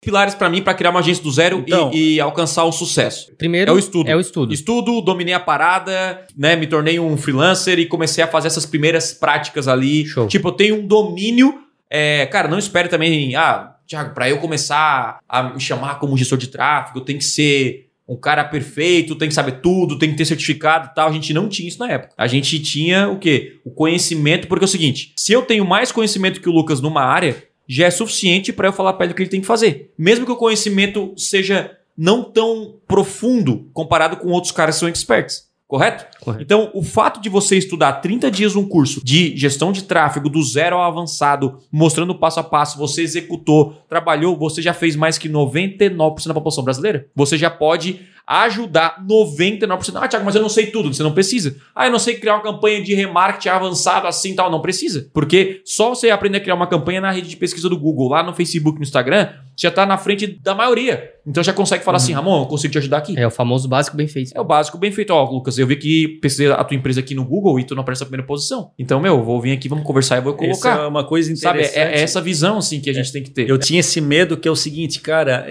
pilares pra mim pra criar uma agência do zero Então, e alcançar o sucesso. Primeiro É o estudo. É o estudo. Estudo, dominei a parada, né? Me tornei um freelancer e comecei a fazer essas primeiras práticas ali. Show. Tipo, eu tenho um domínio. Cara, não espere também. Thiago, pra eu começar a me chamar como gestor de tráfego, tem que ser um cara perfeito, tem que saber tudo, tem que ter certificado e tal. A gente não tinha isso na época. A gente tinha o quê? O conhecimento, porque é o seguinte: se eu tenho mais conhecimento que o Lucas numa área, já é suficiente pra eu falar pra ele o que ele tem que fazer. Mesmo que o conhecimento seja não tão profundo comparado com outros caras que são experts. Correto? Correto. Então, o fato de você estudar 30 dias um curso de gestão de tráfego do zero ao avançado, mostrando passo a passo, você executou, trabalhou, você já fez mais que 99% da população brasileira. Você já pode ajudar 99%. Thiago, mas eu não sei tudo. Você não precisa. Eu não sei criar uma campanha de remarketing avançado assim e tal. Não precisa. Porque só você aprender a criar uma campanha na rede de pesquisa do Google, lá no Facebook, no Instagram, já está na frente da maioria. Então já consegue falar assim, Ramon, eu consigo te ajudar aqui. É o famoso básico bem feito. É o básico bem feito. Ó, Lucas, eu vi que pesquisei a tua empresa aqui no Google e tu não aparece na primeira posição. Então, vou vir aqui, vamos conversar e vou colocar. Isso é uma coisa interessante. Sabe, é essa visão, assim, que a gente tem que ter. Eu tinha esse medo que é o seguinte, cara,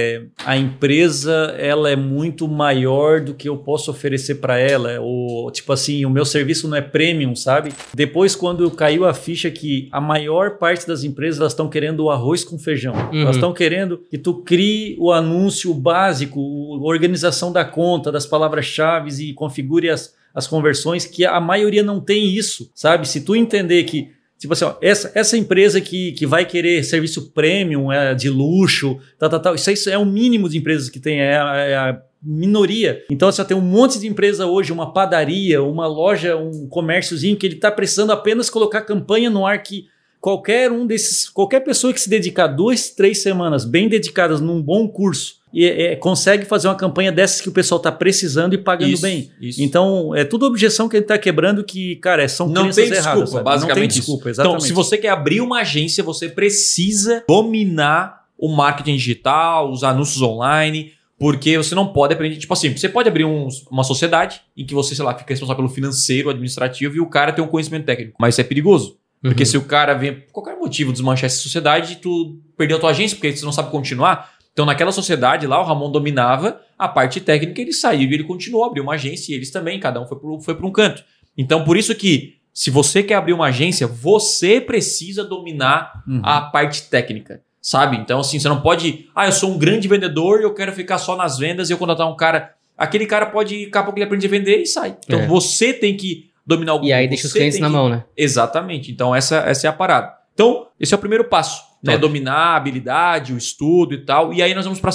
a empresa, ela é muito maior do que eu posso oferecer para ela. Tipo assim, o meu serviço não é premium, sabe? Depois, quando caiu a ficha que a maior parte das empresas, elas estão querendo o arroz com feijão. Elas estão querendo que tu crie o anúncio básico, a organização da conta, das palavras-chave e configure as conversões, que a maioria não tem isso, sabe? Se tu entender que, tipo assim, essa empresa que vai querer serviço premium, de luxo, tal, isso é o mínimo de empresas que tem, é a minoria. Então você tem um monte de empresa hoje, uma padaria, uma loja, um comérciozinho que ele está precisando apenas colocar campanha no ar que qualquer pessoa que se dedicar 2-3 semanas bem dedicadas num bom curso consegue fazer uma campanha dessas que o pessoal está precisando e pagando bem. Isso. Então, é tudo objeção que a gente está quebrando que, cara, são crenças erradas. Basicamente não tem desculpa, exatamente. Então, se você quer abrir uma agência, você precisa dominar o marketing digital, os anúncios online, porque você não pode aprender, tipo assim, você pode abrir uma sociedade em que você, sei lá, fica responsável pelo financeiro, administrativo e o cara tem um conhecimento técnico, mas isso é perigoso. Porque se o cara vem por qualquer motivo desmanchar essa sociedade, tu perdeu a tua agência porque você não sabe continuar. Então, naquela sociedade lá, o Ramon dominava a parte técnica, ele saiu e ele continuou, abriu uma agência e eles também, cada um foi para um canto. Então, por isso que, se você quer abrir uma agência, você precisa dominar a parte técnica, sabe? Então, assim, você não pode... eu sou um grande vendedor e eu quero ficar só nas vendas e eu contratar um cara... Aquele cara pode, daqui a pouco ele aprende a vender e sai. Então, você tem que dominar o Google. E aí deixa os clientes na mão, né? Exatamente. Então, essa é a parada. Então, esse é o primeiro passo, né? Dominar a habilidade, o estudo e tal. E aí nós vamos para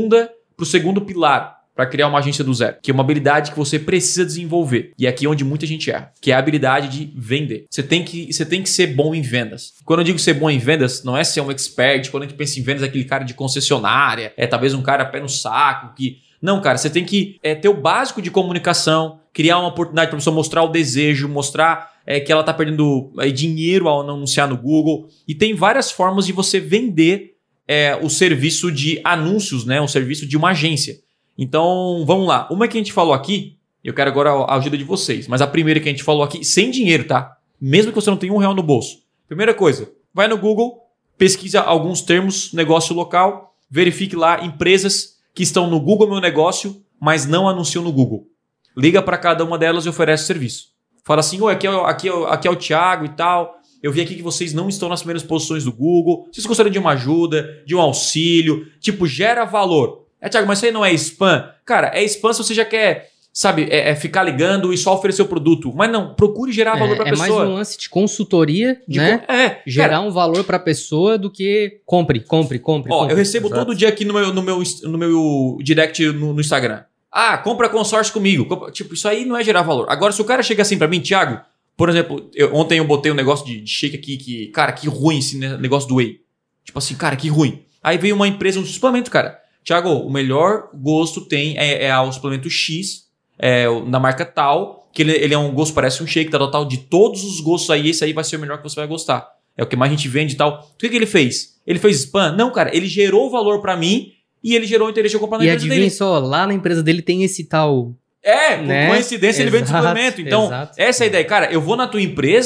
o segundo pilar, para criar uma agência do zero, que é uma habilidade que você precisa desenvolver. E aqui é onde muita gente erra, que é a habilidade de vender. Você tem que ser bom em vendas. Quando eu digo ser bom em vendas, não é ser um expert. Quando a gente pensa em vendas, é aquele cara de concessionária, talvez um cara pé no saco, que... Não, cara, você tem que ter o básico de comunicação, criar uma oportunidade para a pessoa mostrar o desejo, mostrar que ela está perdendo dinheiro ao não anunciar no Google. E tem várias formas de você vender o serviço de anúncios, né? O serviço de uma agência. Então, vamos lá. Uma que a gente falou aqui, eu quero agora a ajuda de vocês, mas a primeira que a gente falou aqui, sem dinheiro, tá? Mesmo que você não tenha R$1 no bolso. Primeira coisa, vai no Google, pesquisa alguns termos, negócio local, verifique lá empresas que estão no Google Meu Negócio, mas não anunciam no Google. Liga para cada uma delas e oferece o serviço. Fala assim, aqui é o Thiago e tal, eu vi aqui que vocês não estão nas primeiras posições do Google, vocês gostariam de uma ajuda, de um auxílio, tipo, gera valor. Thiago, mas isso aí não é spam? Cara, é spam se você já quer, sabe, ficar ligando e só oferecer o produto. Mas não, procure gerar valor para a pessoa. É mais um lance de consultoria, né? Gerar um valor para a pessoa do que compre. Eu recebo todo dia aqui no meu direct no Instagram. Compra consórcio comigo. Tipo, isso aí não é gerar valor. Agora, se o cara chega assim para mim, Thiago, por exemplo, ontem eu botei um negócio de shake aqui que, cara, que ruim esse negócio do whey. Tipo assim, cara, que ruim. Aí veio uma empresa, um suplemento, cara. Thiago, o melhor gosto tem o suplemento X, na marca tal, que ele é um gosto, parece um shake, tal, de todos os gostos aí, esse aí vai ser o melhor que você vai gostar. É o que mais a gente vende e tal. O que ele fez? Ele fez spam? Não, cara, ele gerou valor pra mim e ele gerou interesse de eu comprar na empresa dele. E adivinha só, lá na empresa dele tem esse tal... Por coincidência ele vende suplemento. Então, essa é a ideia. Cara, eu vou na tua empresa,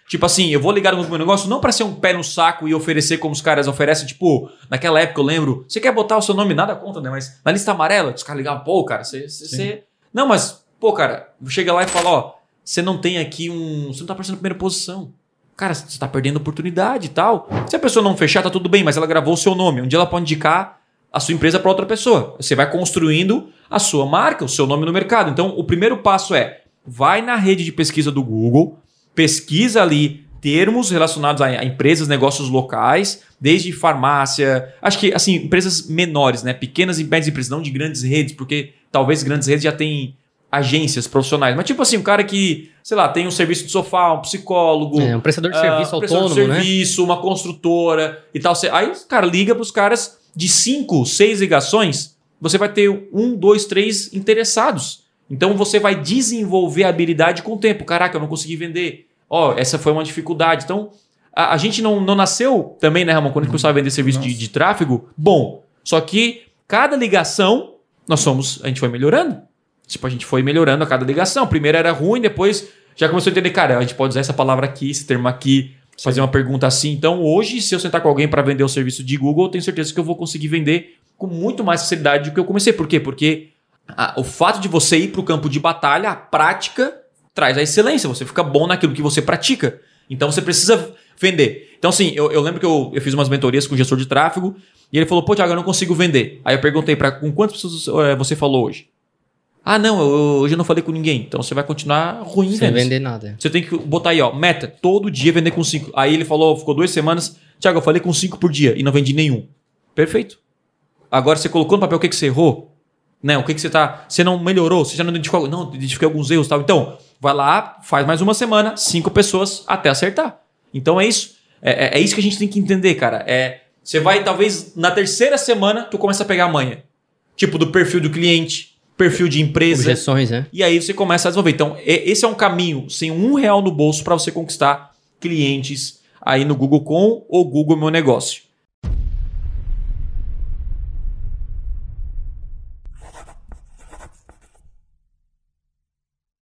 Tipo assim, eu vou ligar no meu negócio não para ser um pé no saco e oferecer como os caras oferecem. Tipo, naquela época eu lembro, você quer botar o seu nome, nada contra, né? Mas na lista amarela, os caras ligavam, pô, cara, você... Não, mas, pô, cara, chega lá e fala, ó, você não tem aqui você não tá aparecendo na primeira posição. Cara, você tá perdendo oportunidade e tal. Se a pessoa não fechar, tá tudo bem, mas ela gravou o seu nome. Um dia ela pode indicar a sua empresa para outra pessoa. Você vai construindo a sua marca, o seu nome no mercado. Então, o primeiro passo é, vai na rede de pesquisa do Google, pesquisa ali termos relacionados a empresas, negócios locais, desde farmácia, acho que assim, empresas menores, né? Pequenas e médias empresas, não de grandes redes, porque talvez grandes redes já têm agências profissionais. Mas tipo assim, um cara que, sei lá, tem um serviço de sofá, um psicólogo... um prestador de serviço autônomo, prestador de serviço, uma construtora e tal. Aí, cara, liga para os caras de 5, 6 ligações, você vai ter 1, 2, 3 interessados. Então você vai desenvolver a habilidade com o tempo. Caraca, eu não consegui vender. Ó, essa foi uma dificuldade. Então, a gente não nasceu também, né, Ramon? Quando a gente começou a vender serviço de tráfego, bom. Só que cada ligação, a gente foi melhorando. Tipo, a gente foi melhorando a cada ligação. Primeiro era ruim, depois já começou a entender, cara, a gente pode usar essa palavra aqui, esse termo aqui, fazer uma pergunta assim. Então, hoje, se eu sentar com alguém para vender o serviço de Google, eu tenho certeza que eu vou conseguir vender com muito mais facilidade do que eu comecei. Por quê? Porque o fato de você ir para o campo de batalha, a prática traz a excelência. Você fica bom naquilo que você pratica. Então, você precisa vender. Então, assim, eu lembro que eu fiz umas mentorias com o gestor de tráfego e ele falou, pô, Thiago, eu não consigo vender. Aí eu perguntei, com quantas pessoas você falou hoje? Ah, não, hoje eu não falei com ninguém. Então, você vai continuar ruim sem vender nada. Você tem que botar aí, ó, meta, todo dia vender com 5. Aí ele falou, ficou 2 semanas, Thiago, eu falei com 5 por dia e não vendi nenhum. Perfeito. Agora, você colocou no papel o que você errou? Né? O que você tá... Você não melhorou? Você já não identificou? Não, identifiquei alguns erros e tal. Então, vai lá, faz mais uma semana, 5 pessoas até acertar. Então, é isso. É isso que a gente tem que entender, cara. Você vai, talvez, na 3ª semana, tu começa a pegar a manha. Tipo, do perfil do cliente, perfil de empresa. Objeções, né? E aí você começa a desenvolver. Então, esse é um caminho sem R$1 no bolso para você conquistar clientes aí no Google com o Google Meu Negócio.